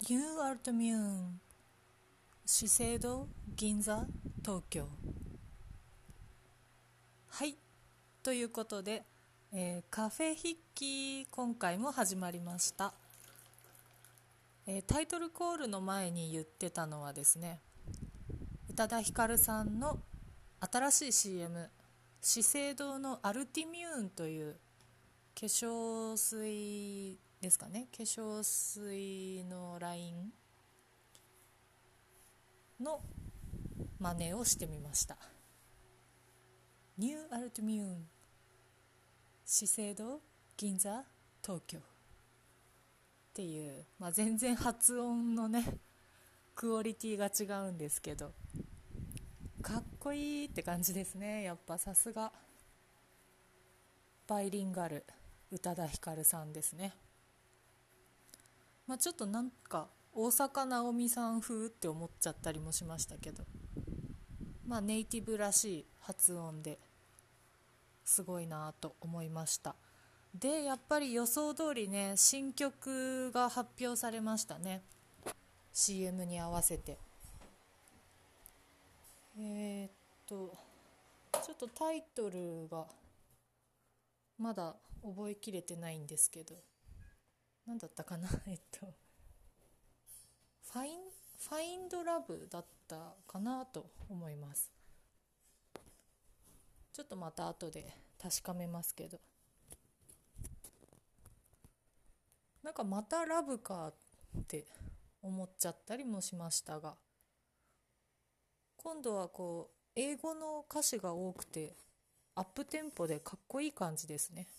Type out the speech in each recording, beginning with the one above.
ニューアルトミューン資生堂銀座東京。はい、ということで、カフェ筆記今回も始まりました。タイトルコールの前に言ってたのはですね、宇多田ヒカルさんの新しい CM 資生堂のアルティミューンという化粧水ですかね、化粧水のラインの真似をしてみました。ニューアルティミューン資生堂銀座東京っていう、全然発音のねクオリティが違うんですけど、かっこいいって感じですね。やっぱさすがバイリンガル宇多田ヒカルさんですね。ちょっとなんか大坂なおみさん風って思っちゃったりもしましたけど、ネイティブらしい発音ですごいなと思いました。でやっぱり予想通りね、新曲が発表されましたね、 CM に合わせて。えーっとちょっとタイトルがまだ覚えきれてないんですけど、何だったかなファインドラブだったかなと思います。ちょっとまた後で確かめますけど、なんかまたラブかって思っちゃったりもしましたが、今度はこう英語の歌詞が多くてアップテンポでかっこいい感じですね。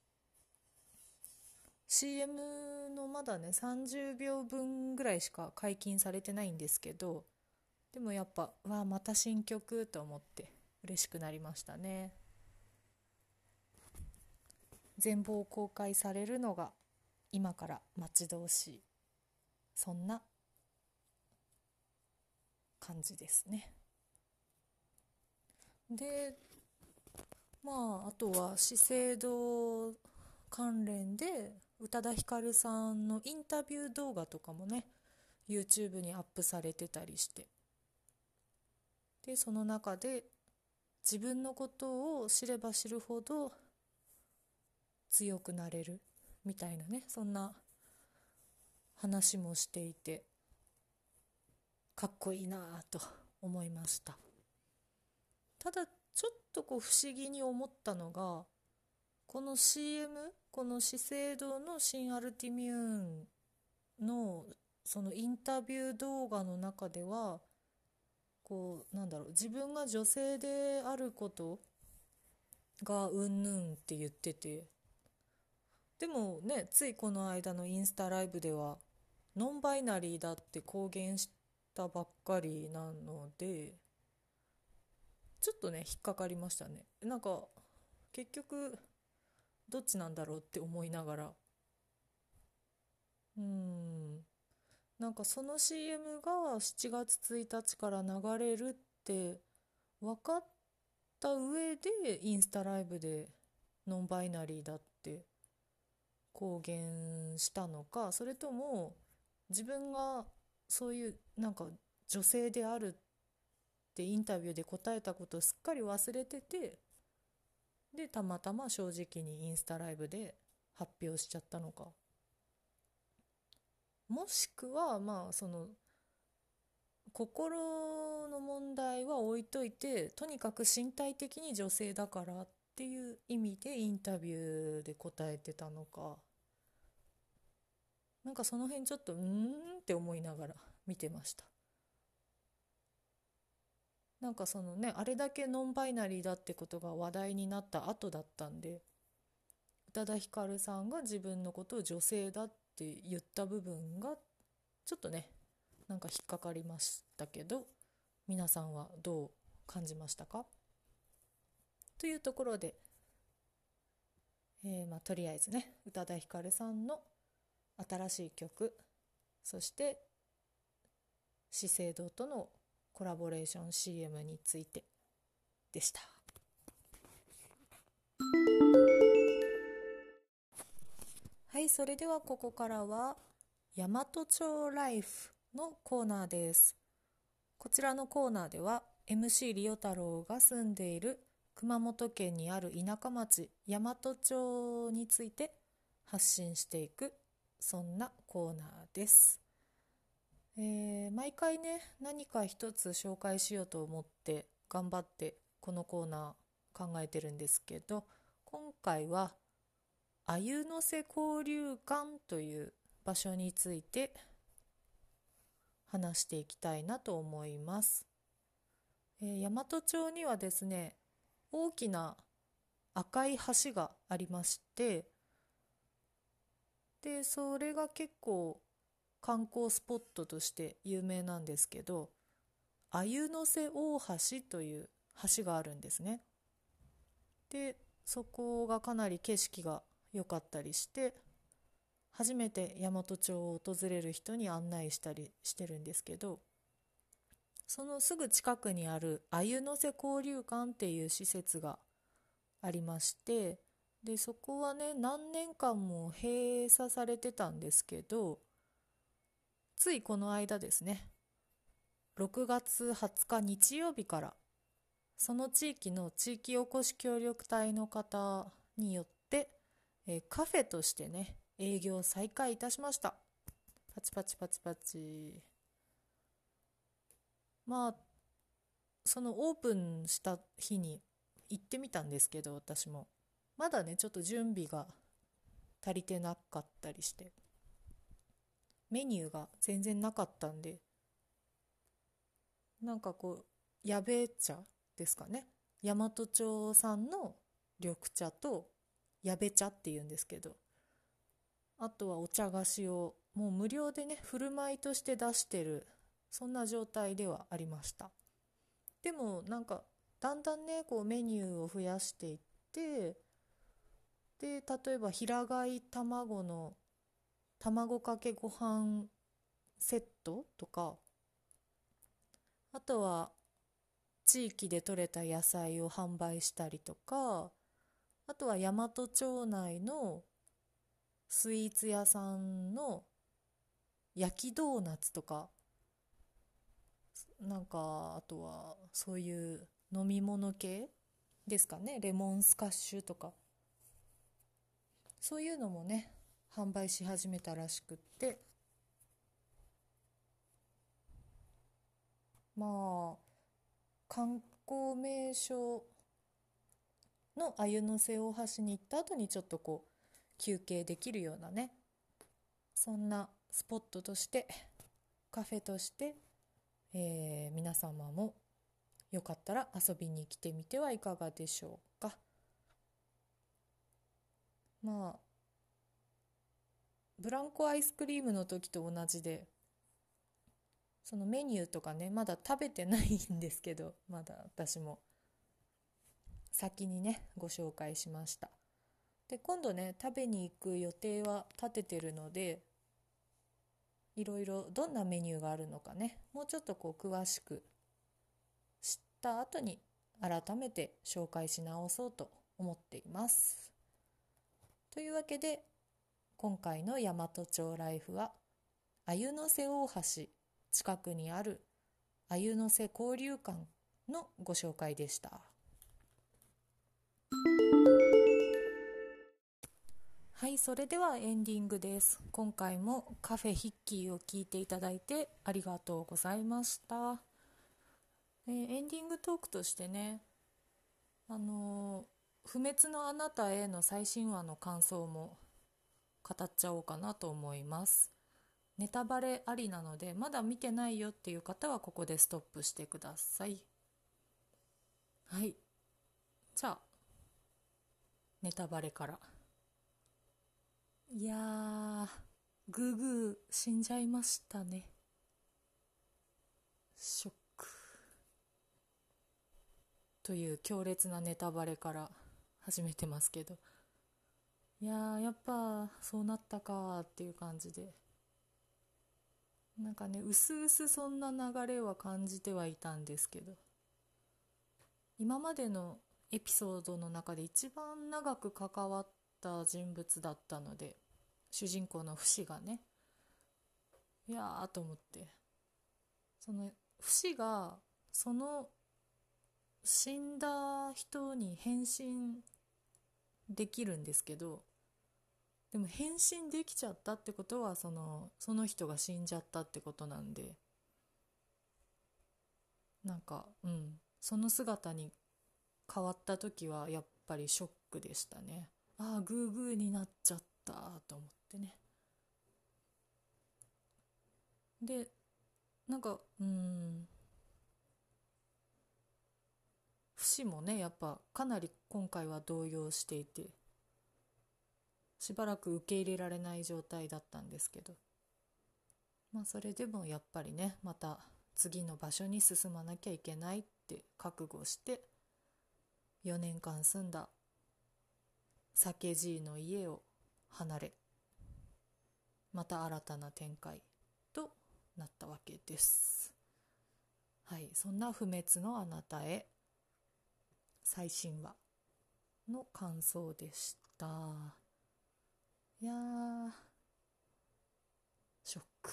CM のまだね30秒分ぐらいしか解禁されてないんですけど、でもやっぱまた新曲と思って嬉しくなりましたね。全貌公開されるのが今から待ち遠しい、そんな感じですね。であとは資生堂関連で宇多田ヒカルさんのインタビュー動画とかもね YouTube にアップされてたりして、でその中で自分のことを知れば知るほど強くなれるみたいなね、そんな話もしていてかっこいいなと思いました。ただちょっとこう不思議に思ったのが、この CM、 この資生堂の新アルティミューンのそのインタビュー動画の中では、こうなんだろう、自分が女性であることがうんぬんって言ってて、でもね、ついこの間のインスタライブではノンバイナリーだって公言したばっかりなので、ちょっとね引っかかりましたね。なんか結局どっちなんだろうって思いながら、なんかその CM が7月1日から流れるって分かった上でインスタライブでノンバイナリーだって公言したのか、それとも自分がそういうなんか女性であるってインタビューで答えたことをすっかり忘れてて、でたまたま正直にインスタライブで発表しちゃったのか、もしくはその心の問題は置いといて、とにかく身体的に女性だからっていう意味でインタビューで答えてたのか、なんかその辺ちょっとって思いながら見てました。なんかそのね、あれだけノンバイナリーだってことが話題になった後だったんで、宇多田ヒカルさんが自分のことを女性だって言った部分がちょっとね、なんか引っかかりましたけど、皆さんはどう感じましたかというところで、とりあえずね、宇多田ヒカルさんの新しい曲、そして資生堂とのコラボレーション CM についてでした。はい、それではここからは大和町ライフのコーナーです。こちらのコーナーでは MC リオ太郎が住んでいる熊本県にある田舎町大和町について発信していく、そんなコーナーです。毎回ね、何か一つ紹介しようと思って頑張ってこのコーナー考えてるんですけど、今回は鮎の瀬交流館という場所について話していきたいなと思います。大和町にはですね、大きな赤い橋がありまして、でそれが結構観光スポットとして有名なんですけど、鮎の瀬大橋という橋があるんですね。でそこがかなり景色が良かったりして、初めて大和町を訪れる人に案内したりしてるんですけど、そのすぐ近くにある鮎の瀬交流館っていう施設がありまして、でそこはね、何年間も閉鎖されてたんですけど、ついこの間ですね、6月20日日曜日からその地域の地域おこし協力隊の方によって、カフェとしてね営業再開いたしました。パチパチパチパチ。まあそのオープンした日に行ってみたんですけど、私もまだねちょっと準備が足りてなかったりして、メニューが全然なかったんで、なんかこう矢部茶ですかね、大和町産の緑茶と矢部茶っていうんですけど、あとはお茶菓子をもう無料でね振る舞いとして出してる、そんな状態ではありました。でもなんかだんだんねこうメニューを増やしていって、で例えば平飼い卵の卵かけご飯セットとか、あとは地域で採れた野菜を販売したりとか、あとは大和町内のスイーツ屋さんの焼きドーナツとか、なんかあとはそういう飲み物系ですかね、レモンスカッシュとか、そういうのもね販売し始めたらしくって、まあ観光名所の鮎の瀬大橋に行った後にちょっとこう休憩できるようなね、そんなスポットとして、カフェとして、皆様もよかったら遊びに来てみてはいかがでしょうか。まあブランコアイスクリームの時と同じで、そのメニューとかねまだ食べてないんですけど、まだ私も先にねご紹介しました。で今度ね食べに行く予定は立ててるので、いろいろどんなメニューがあるのかね、もうちょっとこう詳しく知った後に改めて紹介し直そうと思っています。というわけで今回の大和町ライフは鮎の瀬大橋近くにある鮎の瀬交流館のご紹介でした。はい、それではエンディングです。今回もカフェヒッキーを聞いていただいてありがとうございました。エンディングトークとしてね、不滅のあなたへの最新話の感想も語っちゃおうかなと思います。ネタバレありなので、まだ見てないよっていう方はここでストップしてください。はい、じゃあネタバレから。いやー、グーグー死んじゃいましたね。ショックという強烈なネタバレから始めてますけど、いやーやっぱそうなったかっていう感じで、なんかねうすうすそんな流れは感じてはいたんですけど、今までのエピソードの中で一番長く関わった人物だったので、主人公のフシがね、 いやーと思って、その不死がその死んだ人に変身できるんですけど、でも変身できちゃったってことはその人が死んじゃったってことなんで、なんかその姿に変わった時はやっぱりショックでしたね。ああ、グーグーになっちゃったと思ってね。で、なんか不死もね、やっぱかなり今回は動揺していて、しばらく受け入れられない状態だったんですけど、まあそれでもやっぱりね、また次の場所に進まなきゃいけないって覚悟して4年間住んだ酒爺の家を離れ、また新たな展開となったわけです。はい、そんな不滅のあなたへ最新話の感想でした。いやー、ショック。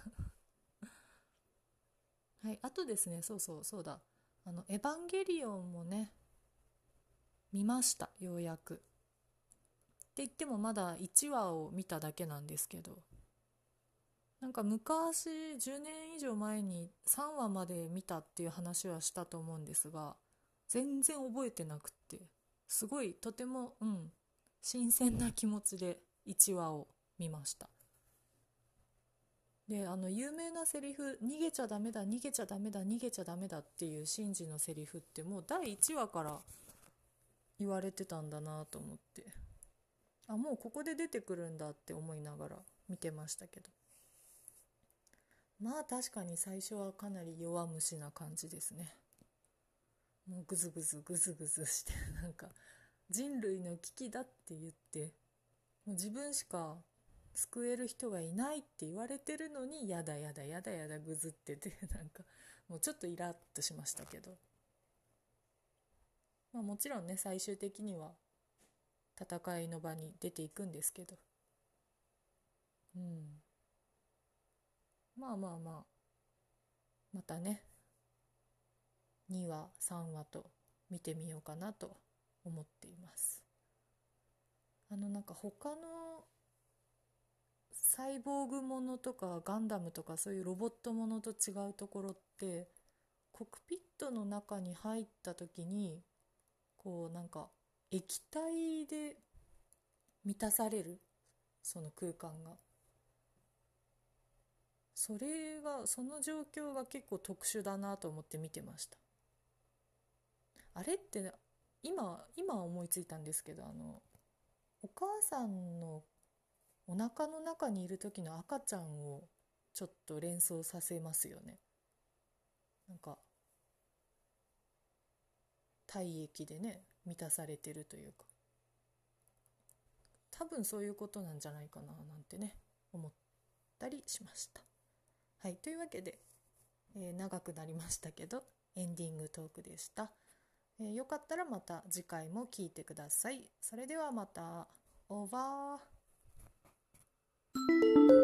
はい、あとですね、そうだ、エヴァンゲリオンもね、見ました、ようやく。って言ってもまだ1話を見ただけなんですけど、なんか昔10年以上前に3話まで見たっていう話はしたと思うんですが、全然覚えてなくって、すごいとても新鮮な気持ちで1話を見ました。で、有名なセリフ、逃げちゃダメだ逃げちゃダメだ逃げちゃダメだっていうシンジのセリフってもう第1話から言われてたんだなと思って、あ、もうここで出てくるんだって思いながら見てましたけど、まあ確かに最初はかなり弱虫な感じですね。もうグズグズグズグズしてなんか人類の危機だって言って、もう自分しか救える人がいないって言われてるのに、やだやだやだやだグズっててなんかもうちょっとイラッとしましたけど、まあもちろんね、最終的には戦いの場に出ていくんですけど、まあまあまあ、またね2話3話と見てみようかなと思っています。なんか他のサイボーグものとかガンダムとかそういうロボットものと違うところって、コックピットの中に入った時にこうなんか液体で満たされる、その空間が、その状況が結構特殊だなと思って見てました。あれって今思いついたんですけど、お母さんのお腹の中にいる時の赤ちゃんをちょっと連想させますよね。なんか体液でね満たされてるというか、多分そういうことなんじゃないかななんてね思ったりしました。はい、というわけで、長くなりましたけどエンディングトークでした。よかったらまた次回も聞いてください。それではまた。オーバー。